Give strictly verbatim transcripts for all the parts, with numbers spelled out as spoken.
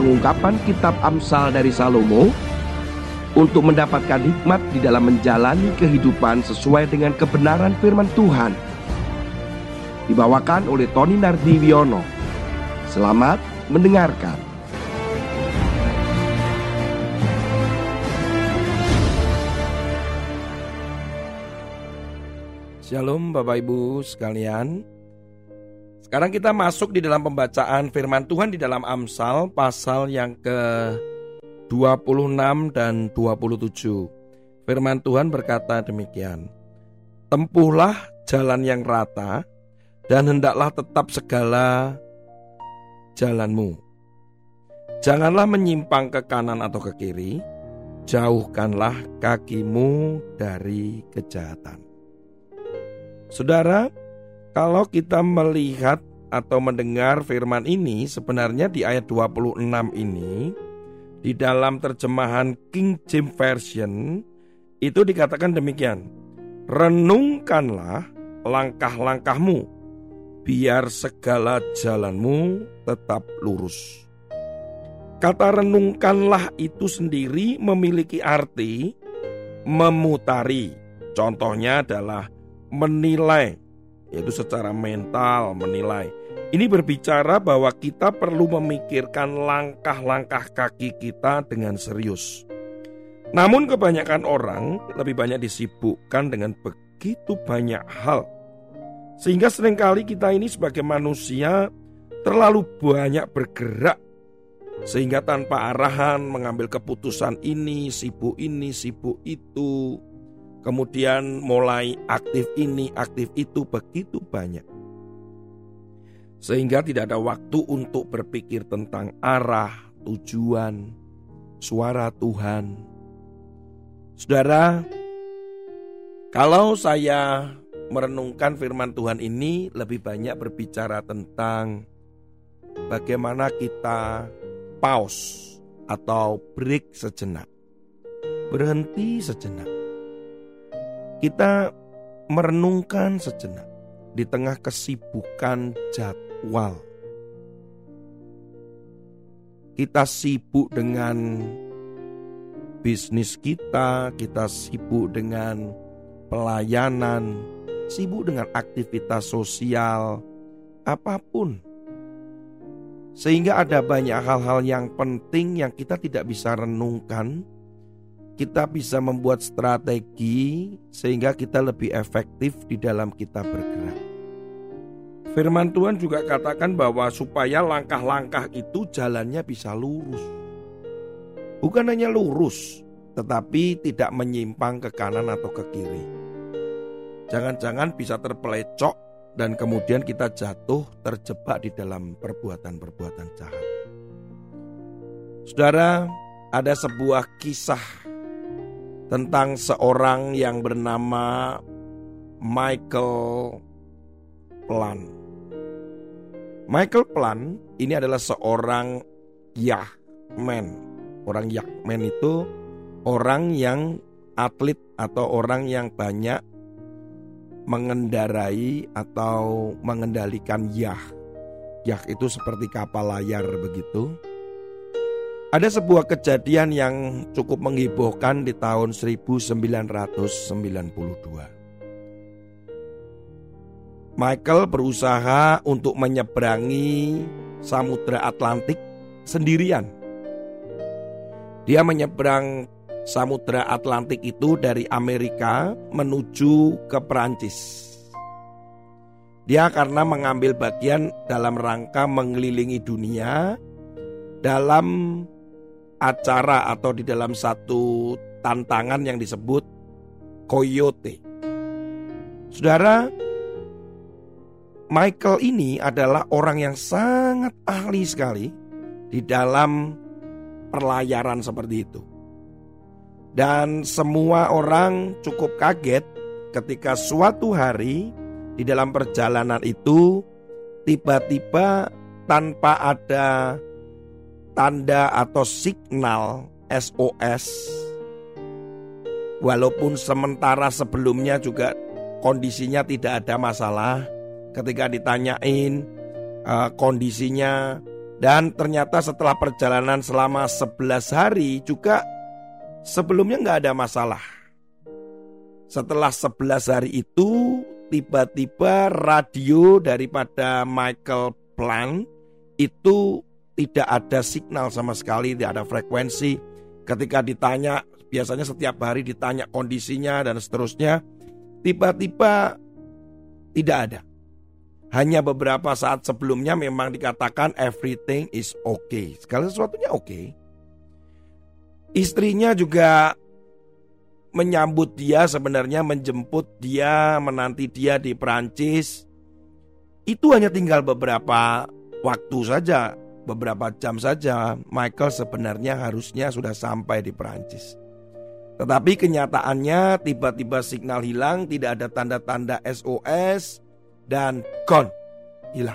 pengungkapan kitab Amsal dari Salomo untuk mendapatkan hikmat di dalam menjalani kehidupan sesuai dengan kebenaran firman Tuhan. Dibawakan oleh Tony Nardiwiono. Selamat mendengarkan. Shalom Bapak Ibu sekalian. Sekarang kita masuk di dalam pembacaan firman Tuhan di dalam Amsal pasal yang ke dua puluh enam dan dua puluh tujuh. Firman Tuhan berkata demikian: tempuhlah jalan yang rata dan hendaklah tetap segala jalanmu. Janganlah menyimpang ke kanan atau ke kiri, jauhkanlah kakimu dari kejahatan. Saudara, kalau kita melihat atau mendengar firman ini, sebenarnya di ayat dua puluh enam ini, di dalam terjemahan King James Version, itu dikatakan demikian: renungkanlah langkah-langkahmu, biar segala jalanmu tetap lurus. Kata renungkanlah itu sendiri memiliki arti memutari. Contohnya adalah menilai, yaitu secara mental menilai. Ini berbicara bahwa kita perlu memikirkan langkah-langkah kaki kita dengan serius. Namun kebanyakan orang lebih banyak disibukkan dengan begitu banyak hal, sehingga seringkali kita ini sebagai manusia terlalu banyak bergerak, sehingga tanpa arahan mengambil keputusan ini, sibuk ini, sibuk itu, kemudian mulai aktif ini, aktif itu, begitu banyak. Sehingga tidak ada waktu untuk berpikir tentang arah, tujuan, suara Tuhan. Saudara, kalau saya merenungkan firman Tuhan ini, lebih banyak berbicara tentang bagaimana kita pause atau break sejenak, berhenti sejenak. Kita merenungkan sejenak di tengah kesibukan jadwal. Kita sibuk dengan bisnis kita, kita sibuk dengan pelayanan, sibuk dengan aktivitas sosial, apapun. Sehingga ada banyak hal-hal yang penting yang kita tidak bisa renungkan. Kita bisa membuat strategi sehingga kita lebih efektif di dalam kita bergerak. Firman Tuhan juga katakan bahwa supaya langkah-langkah itu jalannya bisa lurus. Bukan hanya lurus, tetapi tidak menyimpang ke kanan atau ke kiri. Jangan-jangan bisa terpelecok dan kemudian kita jatuh terjebak di dalam perbuatan-perbuatan jahat. Saudara, ada sebuah kisah tentang seorang yang bernama Michael Plan. Michael Plan ini adalah seorang yachtman. Orang yachtman itu orang yang atlet atau orang yang banyak mengendarai atau mengendalikan yacht. Yacht itu seperti kapal layar begitu. Ada sebuah kejadian yang cukup menghebohkan di tahun seribu sembilan ratus sembilan puluh dua. Michael berusaha untuk menyeberangi Samudra Atlantik sendirian. Dia menyeberang Samudra Atlantik itu dari Amerika menuju ke Perancis. Dia karena mengambil bagian dalam rangka mengelilingi dunia dalam acara atau di dalam satu tantangan yang disebut Coyote. Saudara, Michael ini adalah orang yang sangat ahli sekali di dalam perlayaran seperti itu. Dan semua orang cukup kaget ketika suatu hari di dalam perjalanan itu tiba-tiba tanpa ada tanda atau signal S O S, walaupun sementara sebelumnya juga kondisinya tidak ada masalah. Ketika ditanyain uh, kondisinya Dan ternyata setelah perjalanan selama sebelas hari juga sebelumnya gak ada masalah. Setelah sebelas hari itu tiba-tiba radio daripada Michael Plant itu tidak ada signal sama sekali, tidak ada frekuensi. Ketika ditanya, biasanya setiap hari ditanya kondisinya dan seterusnya, tiba-tiba tidak ada. Hanya beberapa saat sebelumnya memang dikatakan everything is okay, segala sesuatunya oke. Okay. Istrinya juga menyambut dia, sebenarnya menjemput dia, menanti dia di Perancis. Itu hanya tinggal beberapa waktu saja, beberapa jam saja. Michael sebenarnya harusnya sudah sampai di Perancis. Tetapi kenyataannya tiba-tiba signal hilang, tidak ada tanda-tanda S O S, dan gone, hilang.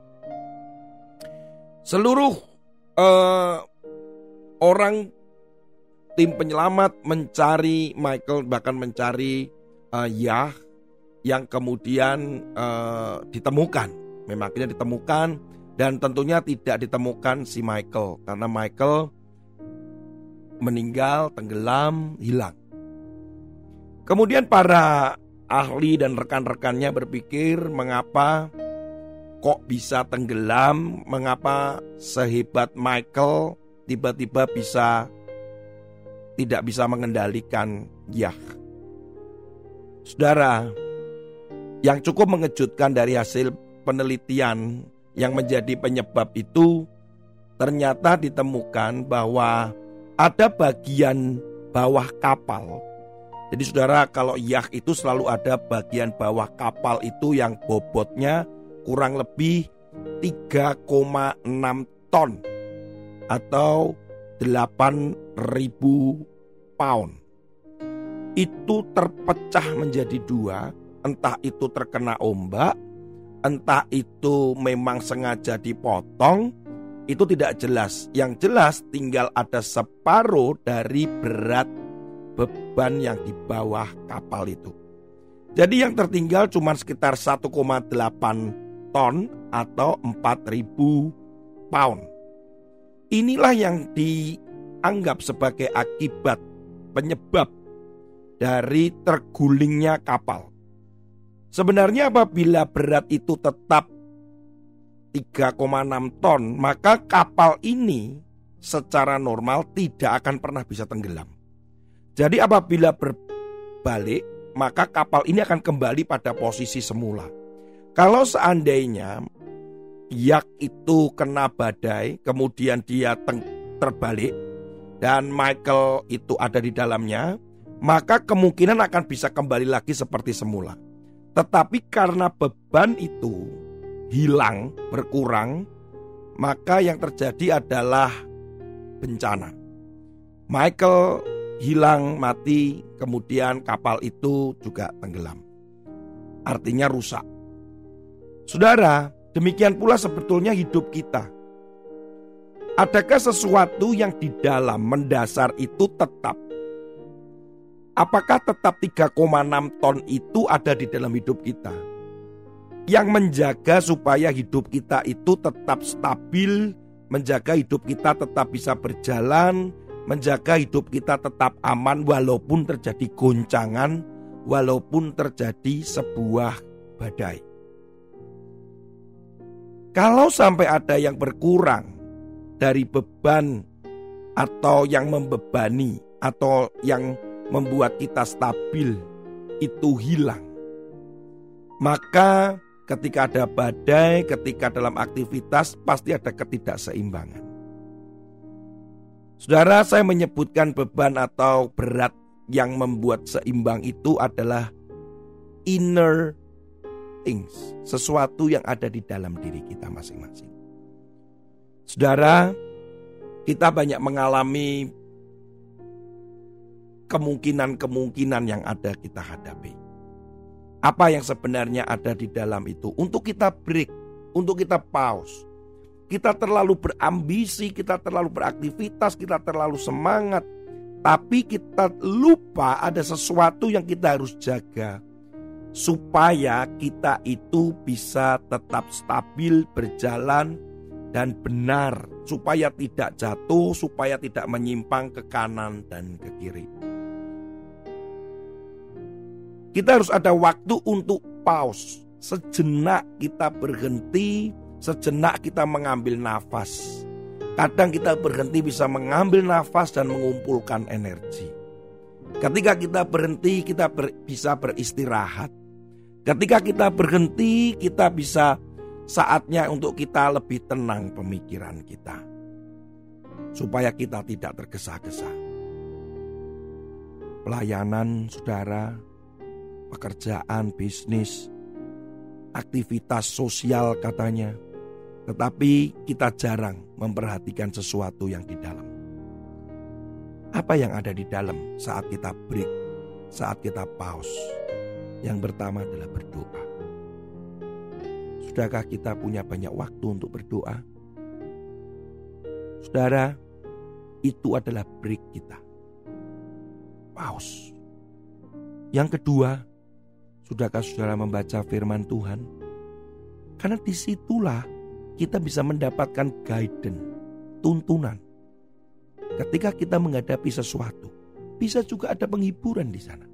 Seluruh uh, orang tim penyelamat mencari Michael, bahkan mencari uh, Yah yang kemudian uh, ditemukan. Memang akhirnya ditemukan, dan tentunya tidak ditemukan si Michael, karena Michael meninggal, tenggelam, hilang. Kemudian para ahli dan rekan-rekannya berpikir, mengapa kok bisa tenggelam, mengapa sehebat Michael tiba-tiba bisa tidak bisa mengendalikan Yah. Saudara, yang cukup mengejutkan dari hasil penelitian yang menjadi penyebab itu, ternyata ditemukan bahwa ada bagian bawah kapal. Jadi saudara, kalau Yah itu selalu ada bagian bawah kapal itu yang bobotnya kurang lebih tiga koma enam ton atau delapan ribu pound. Itu terpecah menjadi dua, entah itu terkena ombak, entah itu memang sengaja dipotong, itu tidak jelas. Yang jelas tinggal ada separuh dari berat beban yang di bawah kapal itu. Jadi yang tertinggal cuma sekitar satu koma delapan ton atau empat ribu pound. Inilah yang dianggap sebagai akibat penyebab dari tergulingnya kapal. Sebenarnya apabila berat itu tetap tiga koma enam ton, maka kapal ini secara normal tidak akan pernah bisa tenggelam. Jadi apabila berbalik, maka kapal ini akan kembali pada posisi semula. Kalau seandainya Yah itu kena badai, kemudian dia terbalik dan Michael itu ada di dalamnya, maka kemungkinan akan bisa kembali lagi seperti semula. Tetapi karena beban itu hilang, berkurang, maka yang terjadi adalah bencana. Michael hilang, mati, kemudian kapal itu juga tenggelam. Artinya rusak. Saudara, demikian pula sebetulnya hidup kita. Adakah sesuatu yang di dalam mendasar itu tetap? Apakah tetap tiga koma enam ton itu ada di dalam hidup kita? Yang menjaga supaya hidup kita itu tetap stabil, menjaga hidup kita tetap bisa berjalan, menjaga hidup kita tetap aman walaupun terjadi goncangan, walaupun terjadi sebuah badai. Kalau sampai ada yang berkurang dari beban atau yang membebani atau yang membuat kita stabil itu hilang, maka ketika ada badai, ketika dalam aktivitas pasti ada ketidakseimbangan. Saudara, saya menyebutkan beban atau berat yang membuat seimbang itu adalah inner things, sesuatu yang ada di dalam diri kita masing-masing. Saudara, kita banyak mengalami kemungkinan-kemungkinan yang ada kita hadapi. Apa yang sebenarnya ada di dalam itu? Untuk kita break, untuk kita pause. Kita terlalu berambisi, kita terlalu beraktivitas, kita terlalu semangat. Tapi kita lupa ada sesuatu yang kita harus jaga. Supaya kita itu bisa tetap stabil, berjalan, dan benar, supaya tidak jatuh, supaya tidak menyimpang ke kanan dan ke kiri. Kita harus ada waktu untuk pause. Sejenak kita berhenti, sejenak kita mengambil nafas. Kadang kita berhenti bisa mengambil nafas dan mengumpulkan energi. Ketika kita berhenti, kita ber, bisa beristirahat. Ketika kita berhenti, kita bisa saatnya untuk kita lebih tenang pemikiran kita, supaya kita tidak tergesa-gesa. Pelayanan, saudara, pekerjaan, bisnis, aktivitas sosial katanya, tetapi kita jarang memperhatikan sesuatu yang di dalam. Apa yang ada di dalam saat kita break, saat kita pause? Yang pertama adalah berdoa. Sudahkah kita punya banyak waktu untuk berdoa? Saudara, itu adalah break kita. Pause. Yang kedua, sudahkah saudara membaca firman Tuhan? Karena disitulah kita bisa mendapatkan guidance, tuntunan. Ketika kita menghadapi sesuatu, bisa juga ada penghiburan di sana.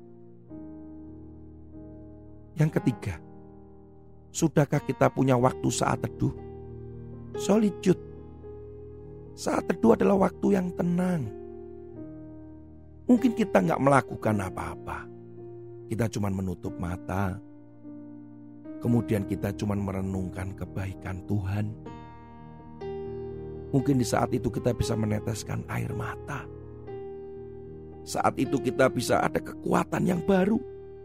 Yang ketiga, sudahkah kita punya waktu saat teduh? Solitude. Saat teduh adalah waktu yang tenang. Mungkin kita gak melakukan apa-apa. Kita cuma menutup mata. Kemudian kita cuma merenungkan kebaikan Tuhan. Mungkin di saat itu kita bisa meneteskan air mata. Saat itu kita bisa ada kekuatan yang baru.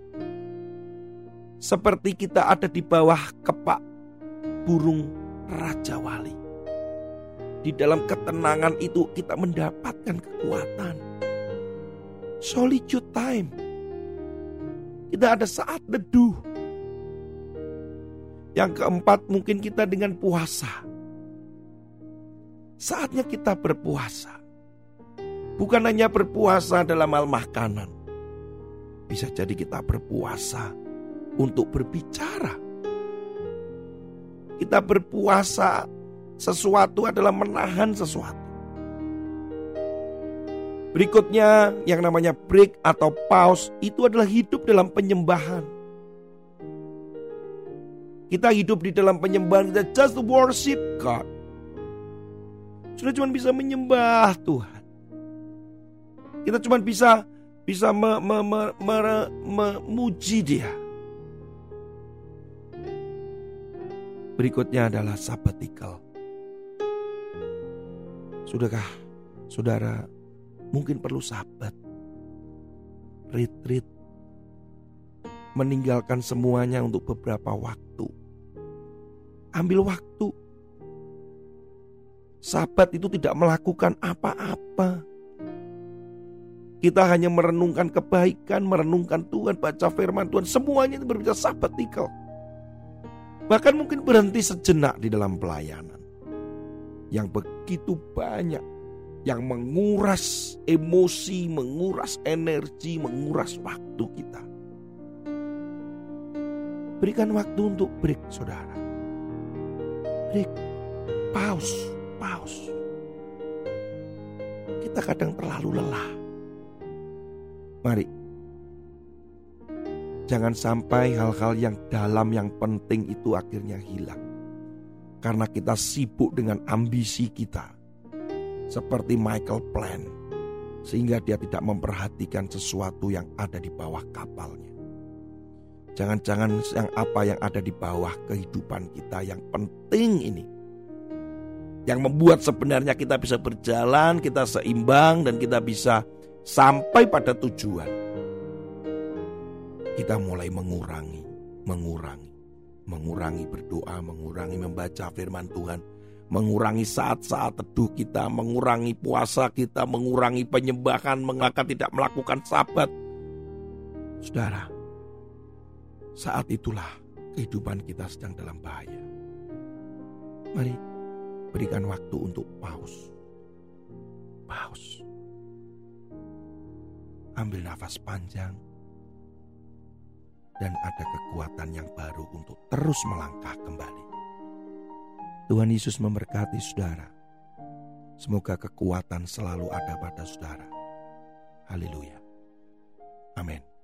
Seperti kita ada di bawah kepak burung Raja Wali. Di dalam ketenangan itu kita mendapatkan kekuatan. Solitude time. Kita ada saat teduh. Yang keempat, mungkin kita dengan puasa. Saatnya kita berpuasa. Bukan hanya berpuasa dalam hal makanan. Bisa jadi kita berpuasa untuk berbicara. Kita berpuasa, sesuatu adalah menahan sesuatu. Berikutnya yang namanya break atau pause, itu adalah hidup dalam penyembahan. Kita hidup di dalam penyembahan, kita just worship God. Sudah cuma bisa menyembah Tuhan. Kita cuma bisa bisa me, me, me, me, memuji Dia. Berikutnya adalah sabbatical. Sudahkah saudara mungkin perlu sabat, retreat, meninggalkan semuanya untuk beberapa waktu. Ambil waktu. Sabat itu tidak melakukan apa-apa. Kita hanya merenungkan kebaikan, merenungkan Tuhan, baca firman Tuhan. Semuanya itu berbicara sabbatical. Bahkan mungkin berhenti sejenak di dalam pelayanan. Yang begitu banyak. Yang menguras emosi, menguras energi, menguras waktu kita. Berikan waktu untuk break, saudara. Break. Pause. Pause. Kita kadang terlalu lelah. Mari. Jangan sampai hal-hal yang dalam, yang penting itu akhirnya hilang. Karena kita sibuk dengan ambisi kita. Seperti Michael Plan. Sehingga dia tidak memperhatikan sesuatu yang ada di bawah kapalnya. Jangan-jangan yang apa yang ada di bawah kehidupan kita yang penting ini. Yang membuat sebenarnya kita bisa berjalan, kita seimbang dan kita bisa sampai pada tujuan. Kita mulai mengurangi, mengurangi, mengurangi berdoa, mengurangi membaca firman Tuhan, mengurangi saat-saat teduh kita, mengurangi puasa kita, mengurangi penyembahan, mengapa tidak melakukan sabat. Saudara, saat itulah kehidupan kita sedang dalam bahaya. Mari berikan waktu untuk pause. Pause. Ambil nafas panjang. Dan ada kekuatan yang baru untuk terus melangkah kembali. Tuhan Yesus memberkati saudara. Semoga kekuatan selalu ada pada saudara. Haleluya. Amin.